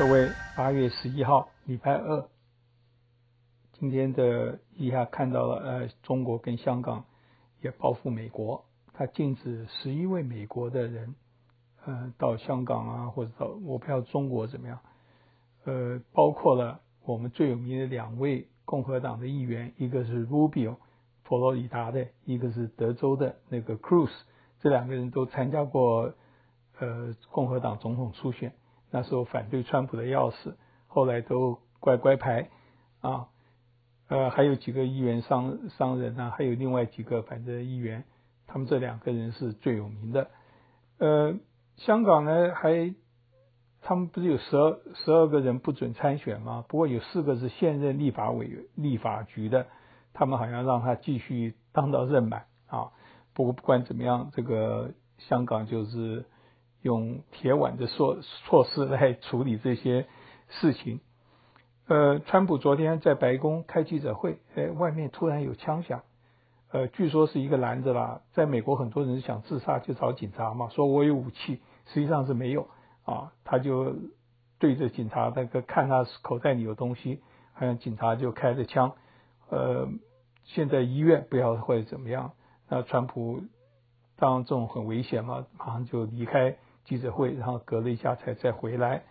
各位，8月11号，礼拜二，今天的一下看到了，中国跟香港也报复美国，他禁止11位美国的人，到香港啊，或者到我不知道中国怎么样，包括了我们最有名的2位共和党的议员，一个是 Rubio， 佛罗里达的，一个是德州的那个 Cruz， 这2个人都参加过共和党总统初选。那时候反对川普的要死，后来都乖乖牌啊，还有几个议员商人啊，还有另外几个反正议员，他们这2个人是最有名的。香港呢他们不是有12个人不准参选吗？不过有4个是现任立法局的，他们好像让他继续当到任满啊。不过不管怎么样，这个香港就是用铁腕的措施来处理这些事情。川普昨天在白宫开记者会，外面突然有枪响，据说是一个男的啦，在美国很多人想自杀就找警察嘛，说我有武器，实际上是没有啊，他就对着警察那个看他口袋里有东西，好像警察就开着枪，现在医院不要会怎么样，那川普当然这种很危险嘛，马上就离开记者会，然后隔了一下才再回来。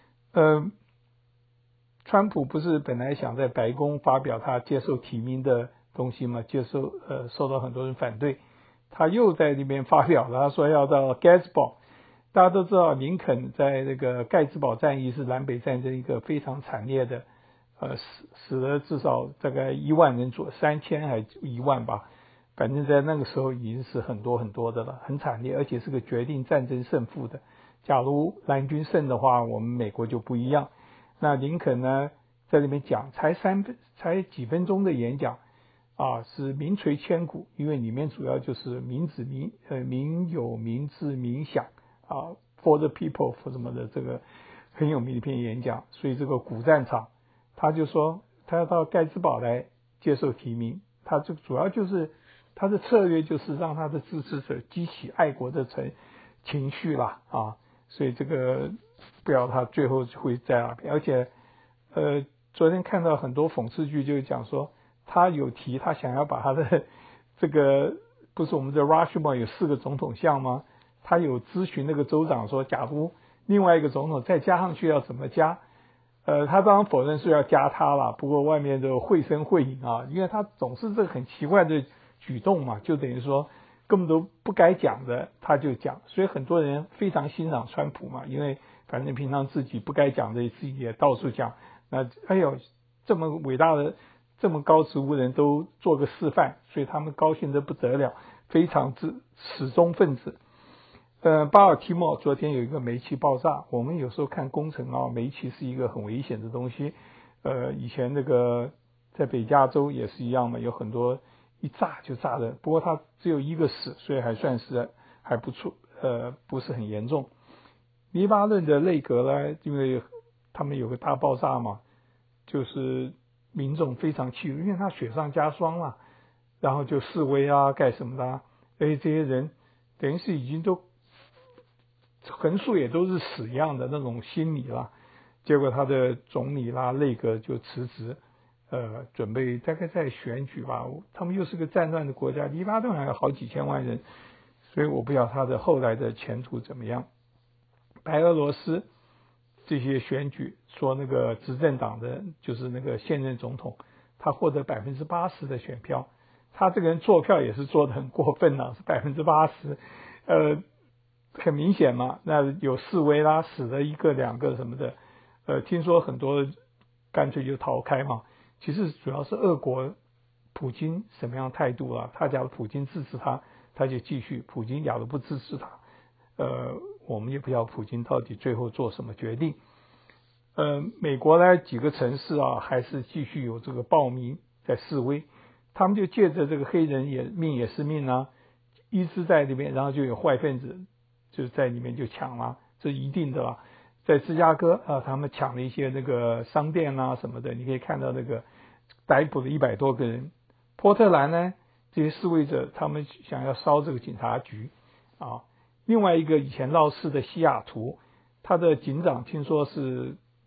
川普不是本来想在白宫发表他接受提名的东西嘛，受到很多人反对，他又在那边发表了，他说要到盖茨堡。大家都知道林肯在那个盖茨堡战役是南北战争一个非常惨烈的，死了至少大概1万人左右，3000还1万吧，反正在那个时候已经是很多很多的了，很惨烈，而且是个决定战争胜负的。假如蓝军胜的话，我们美国就不一样。那林肯呢，在那边讲才几分钟的演讲啊，是名垂千古，因为里面主要就是民有民治民享啊 ，for the people for 什么的，这个很有名的一篇演讲。所以这个古战场，他就说他要到盖茨堡来接受提名，他这主要就是他的策略就是让他的支持者激起爱国的情绪啦啊，所以这个不要他最后会在那边。而且昨天看到很多讽刺剧，就是讲说他有提他想要把他的这个，不是我们的 Rushmore 有4个总统像吗？他有咨询那个州长说，假如另外一个总统再加上去要怎么加？他当然否认是要加他了，不过外面都绘声绘影啊，因为他总是这个很奇怪的举动嘛，就等于说根本都不该讲的他就讲，所以很多人非常欣赏川普嘛，因为反正平常自己不该讲的自己也到处讲，那哎呦这么伟大的这么高职务人都做个示范，所以他们高兴得不得了，非常始终分子。巴尔的摩昨天有一个煤气爆炸，我们有时候看工程啊，煤气是一个很危险的东西。以前那个在北加州也是一样嘛，有很多一炸就炸的，不过它只有1个死，所以还算是还不错，不是很严重。黎巴嫩的内阁呢，因为他们有个大爆炸嘛，就是民众非常气愤，因为他雪上加霜了，然后就示威啊，干什么的啊，而且这些人等于是已经都横竖也都是死一样的那种心理啦，结果他的总理啦内阁就辞职，准备大概在选举吧，他们又是个战乱的国家，黎巴嫩还有好几千万人，所以我不知道他的后来的前途怎么样。白俄罗斯这些选举说那个执政党的就是那个现任总统，他获得80%的选票，他这个人做票也是做得很过分了，是80%，很明显嘛，那有示威啦，死了1个2个什么的，听说很多干脆就逃开嘛。其实主要是俄国普京什么样态度啊？他假如普京支持他，他就继续；普京假如不支持他，我们也不知道普京到底最后做什么决定。美国呢几个城市啊，还是继续有这个暴民在示威，他们就借着这个黑人命也是命啊，一直在里面，然后就有坏分子就在里面就抢了，这一定的啦。在芝加哥啊，他们抢了一些那个商店啊什么的，你可以看到那个逮捕了100多个人。波特兰呢，这些示威者他们想要烧这个警察局啊。另外一个以前闹事的西雅图，他的警长听说是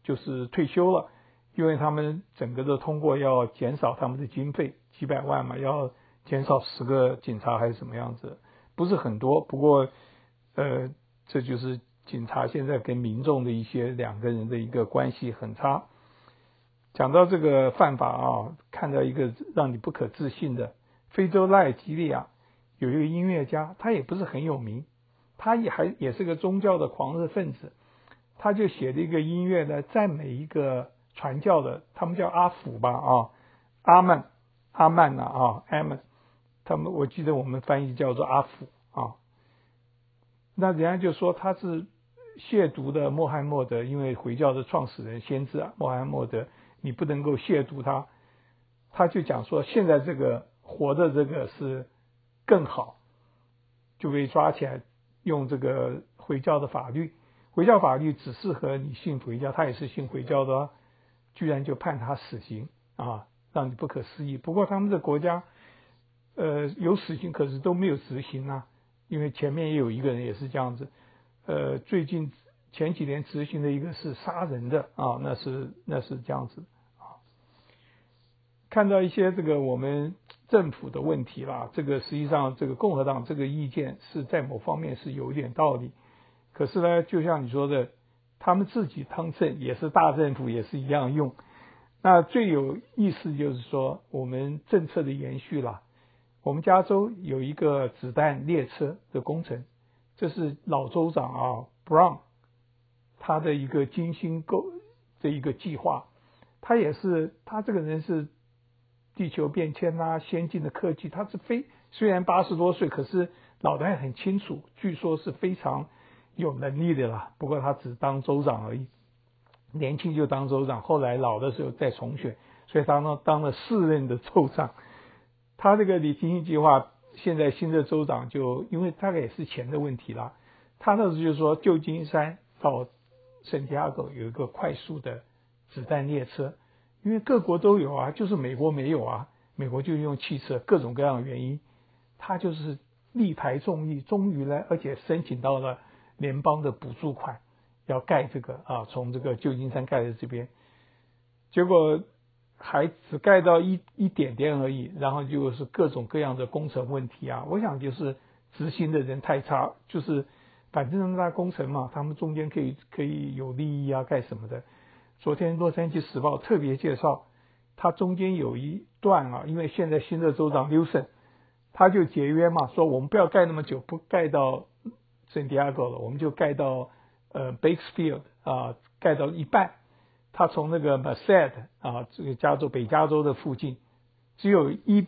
就是退休了，因为他们整个的通过要减少他们的经费，几百万嘛，要减少10个警察还是什么样子，不是很多，不过这就是警察现在跟民众的一些两个人的一个关系很差。讲到这个犯法啊，看到一个让你不可置信的，非洲奈及利亚有一个音乐家，他也不是很有名，他也是个宗教的狂热分子，他就写了一个音乐呢，赞美一个传教的，他们叫阿福吧啊，阿曼啊，他们我记得我们翻译叫做阿福啊。那人家就说他是亵渎的穆罕默德，因为回教的创始人先知穆罕默德，你不能够亵渎他。他就讲说现在这个活的这个是更好，就被抓起来用这个回教的法律，回教法律只适合你信回教，他也是信回教的，居然就判他死刑啊，让你不可思议。不过他们的国家有死刑，可是都没有执行啊，因为前面也有一个人也是这样子，最近前几年执行的一个是杀人的啊，那是这样子啊。看到一些这个我们政府的问题啦，这个实际上这个共和党这个意见是在某方面是有一点道理，可是呢，就像你说的，他们自己当政也是大政府也是一样用。那最有意思就是说我们政策的延续啦。我们加州有一个子弹列车的工程，这是老州长啊 Brown 他的一个精心的一个计划。他这个人是地球变迁啊，先进的科技，他是虽然80多岁，可是脑袋很清楚，据说是非常有能力的啦。不过他只当州长而已，年轻就当州长，后来老的时候再重选，所以他当了4任的州长。他这个理精英计划，现在新的州长就因为大概也是钱的问题啦，他那时候就说旧金山到圣地亚哥有一个快速的子弹列车，因为各国都有啊，就是美国没有啊，美国就用汽车，各种各样的原因，他就是力排众议，终于呢，而且申请到了联邦的补助款，要盖这个啊，从这个旧金山盖在这边，结果还只盖到一点点而已，然后就是各种各样的工程问题啊。我想就是执行的人太差，就是反正那么大工程嘛，他们中间可以有利益啊，干什么的。昨天洛杉矶时报特别介绍，它中间有一段啊，因为现在新的州长Newsom他就节约嘛，说我们不要盖那么久，不盖到圣地亚哥了，我们就盖到Bakersfield 啊，盖到一半。他从那个 Merced 啊，这个北加州的附近，只有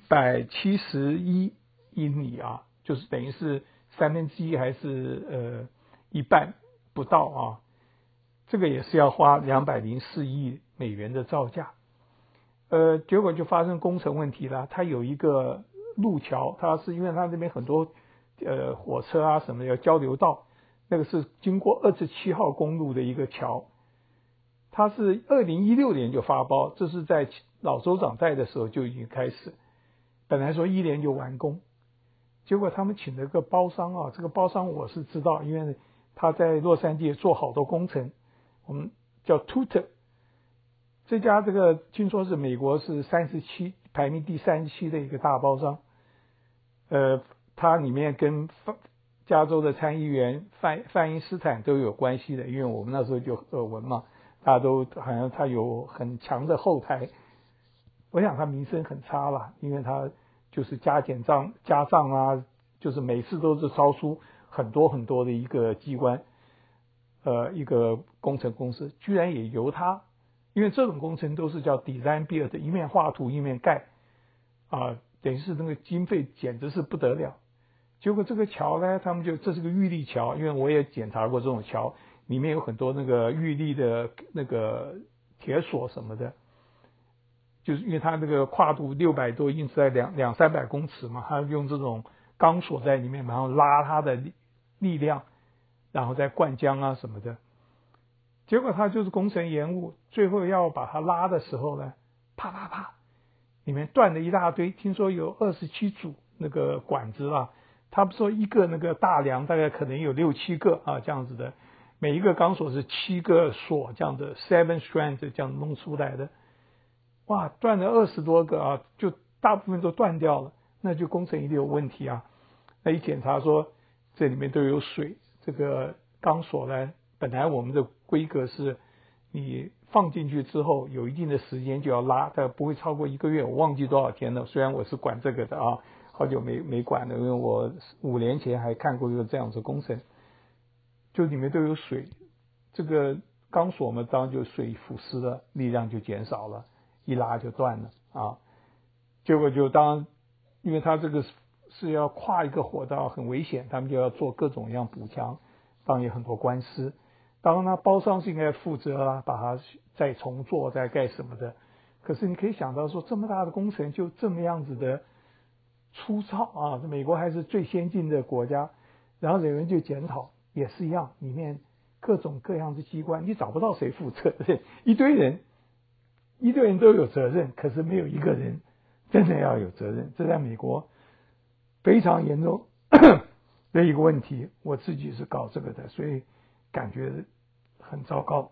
171英里啊，就是等于是1/3还是一半不到啊。这个也是要花204亿美元的造价。结果就发生工程问题了。它有一个路桥，它是因为它那边很多火车啊什么要交流道，那个是经过27号公路的一个桥。他是2016年就发包，这是在老州长在的时候就已经开始，本来说1年就完工，结果他们请了个包商啊，这个包商我是知道，因为他在洛杉矶也做好多工程，我们叫 Tutor， 这家这个听说是美国是排名第37的一个大包商，它里面跟加州的参议员范因斯坦都有关系的，因为我们那时候就耳闻嘛。大家都好像他有很强的后台，我想他名声很差了，因为他就是加账啊，就是每次都是超出很多很多的一个机关，一个工程公司，居然也由他，因为这种工程都是叫 design build， 一面画图一面盖啊，等于是那个经费简直是不得了。结果这个桥呢，他们这是个玉立桥，因为我也检查过这种桥。里面有很多那个玉立的那个铁索什么的，就是因为它那个跨度600多英尺，在200-300公尺嘛，它用这种钢索在里面，然后拉它的力量，然后再灌浆啊什么的。结果它就是工程延误，最后要把它拉的时候呢，啪啪啪，里面断了一大堆，听说有27组那个管子啊，他们说一个那个大梁大概可能有6-7个啊这样子的。 每一个钢索是7个锁这样的 7 strands 这样弄出来的，哇，断了20多个啊，就大部分都断掉了，那就工程一定有问题啊。那一检查说这里面都有水，这个钢索呢，本来我们的规格是你放进去之后有一定的时间就要拉，但不会超过1个月，我忘记多少天了，虽然我是管这个的啊，好久没管了，因为我5年前还看过一个这样子工程，就里面都有水，这个钢索嘛，当然就水腐蚀了，力量就减少了，一拉就断了啊。结果就当因为它这个是要跨一个火道，很危险，他们就要做各种样补强，当然有很多官司。当然呢，包商是应该负责啦，把它再重做再盖什么的。可是你可以想到说，这么大的工程就这么样子的粗糙啊！美国还是最先进的国家，然后有人就检讨，也是一样，里面各种各样的机关，你找不到谁负责任，一堆人都有责任，可是没有一个人真的要有责任，这在美国非常严重的一个问题。我自己是搞这个的，所以感觉很糟糕。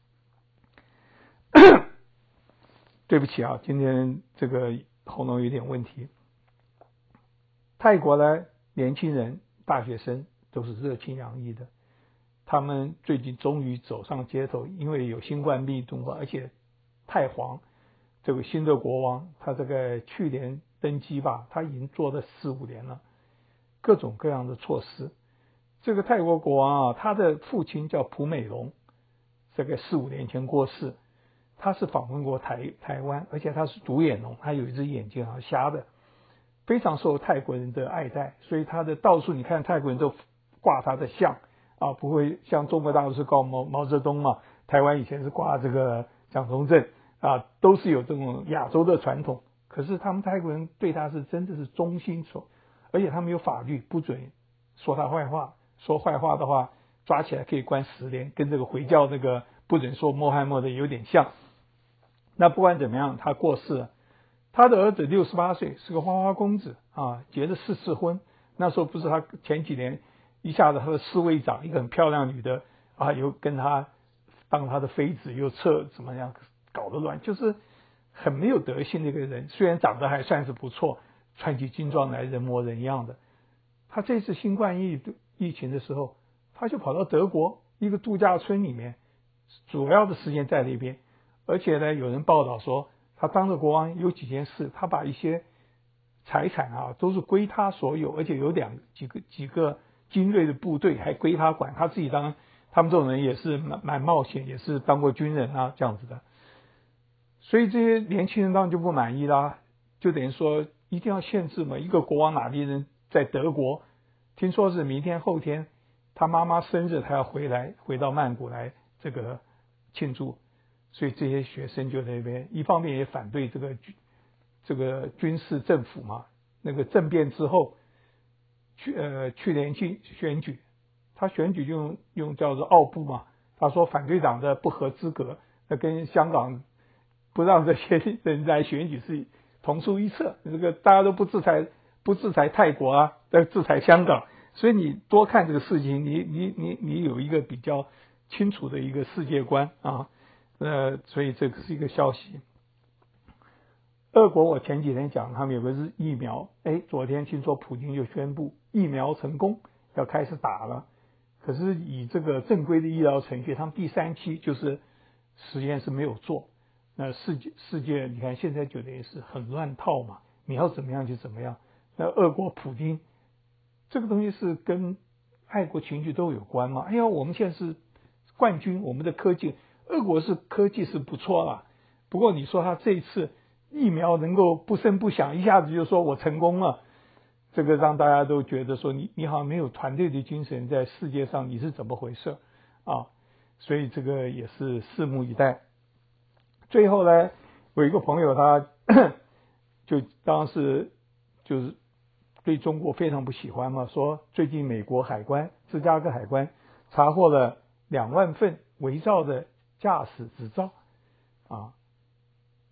对不起啊，今天这个喉咙有点问题。泰国呢，年轻人、大学生都是热情洋溢的，他们最近终于走上街头，因为有新冠病毒，而且太皇这个新的国王，他这个去年登基吧，他已经做了4、5年了，各种各样的措施。这个泰国国王啊，他的父亲叫蒲美龙，这个4、5年前过世。他是访问过台湾，而且他是独眼龙，他有一只眼睛好像瞎的，非常受泰国人的爱戴，所以他的到处你看泰国人都挂他的像啊，不会像中国大陆是挂毛泽东嘛，台湾以前是挂这个蒋中正啊，都是有这种亚洲的传统。可是他们泰国人对他是真的是忠心守，而且他们有法律不准说他坏话，说坏话的话抓起来可以关10年，跟这个回教那个不准说穆罕默德有点像。那不管怎么样，他过世了。他的儿子68岁，是个花花公子啊，结了4次婚。那时候不是他前几年一下子他的侍卫长，一个很漂亮女的啊，又跟他当他的妃子，又怎么样搞得乱，就是很没有德行的一个人。虽然长得还算是不错，穿起军装来人模人样的。他这次新冠疫情的时候，他就跑到德国一个度假村里面，主要的时间在那边。而且呢，有人报道说，他当了国王有几件事，他把一些财产啊都是归他所有，而且有几个精锐的部队还归他管，他自己当。他们这种人也是蛮冒险，也是当过军人啊这样子的。所以这些年轻人当然就不满意啦，就等于说一定要限制嘛。一个国王哪里人在德国，听说是明天后天他妈妈生日，他要回到曼谷来这个庆祝。所以这些学生就在那边，一方面也反对这个军事政府嘛。那个政变之后，去年选举，他选举就用叫做奥布嘛。他说反对党的不合资格，那跟香港不让这些人来选举是同出一辙。这个大家都不制裁泰国啊，要制裁香港。所以你多看这个事情，你有一个比较清楚的一个世界观啊。所以这个是一个消息。俄国我前几天讲，他们有个疫苗，昨天听说普京就宣布疫苗成功，要开始打了。可是以这个正规的医疗程序，他们第3期就是实验是没有做。那世界你看现在就等于是很乱套嘛，你要怎么样就怎么样。那俄国普京这个东西是跟爱国情绪都有关嘛。我们现在是冠军，我们的科技。俄国是科技是不错啦，不过你说他这一次疫苗能够不声不响一下子就说我成功了，这个让大家都觉得说你好像没有团队的精神，在世界上你是怎么回事啊？所以这个也是拭目以待。最后呢，我一个朋友他就当时就是对中国非常不喜欢嘛，说最近美国海关芝加哥海关查获了2万份伪造的驾驶执照啊，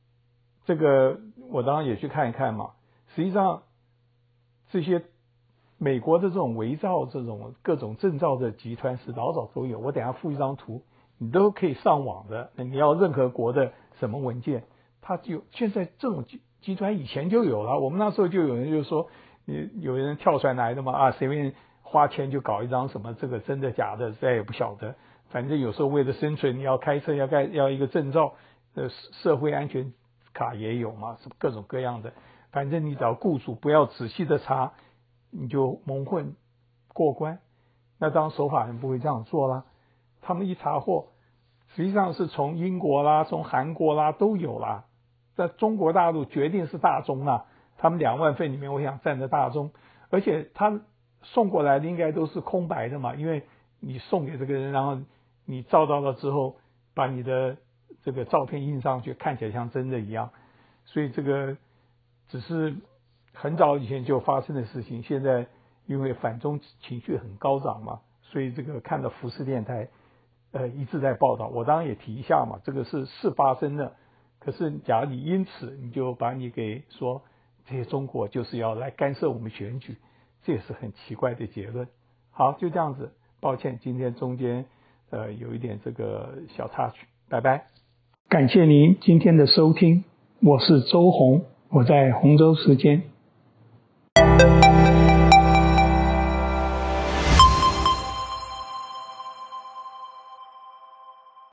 这个我当然也去看一看嘛。实际上这些美国的这种伪造这种各种证照的集团是老早都有，我等一下附一张图，你都可以上网的。那你要任何国的什么文件，它就现在这种集团以前就有了。我们那时候就有人就说，有人跳出来的嘛啊，随便花钱就搞一张什么这个真的假的，谁也不晓得。反正有时候为了生存，你要开车要一个证照，社会安全卡也有嘛，各种各样的。反正你只要雇主不要仔细的查，你就蒙混过关。那当然守法人不会这样做啦，他们一查获，实际上是从英国啦，从韩国啦都有啦。在中国大陆决定是大宗啦，他们2万份里面我想占着大宗，而且他送过来的应该都是空白的嘛，因为你送给这个人，然后你照到了之后，把你的这个照片印上去，看起来像真的一样。所以这个只是很早以前就发生的事情，现在因为反中情绪很高涨嘛，所以这个看到福斯电台一直在报道，我当然也提一下嘛，这个是发生的。可是假如你因此你就把你给说这些中国就是要来干涉我们选举，这也是很奇怪的结论。好，就这样子，抱歉今天中间有一点这个小插曲，拜拜。感谢您今天的收听，我是周鸿，我在洪州时间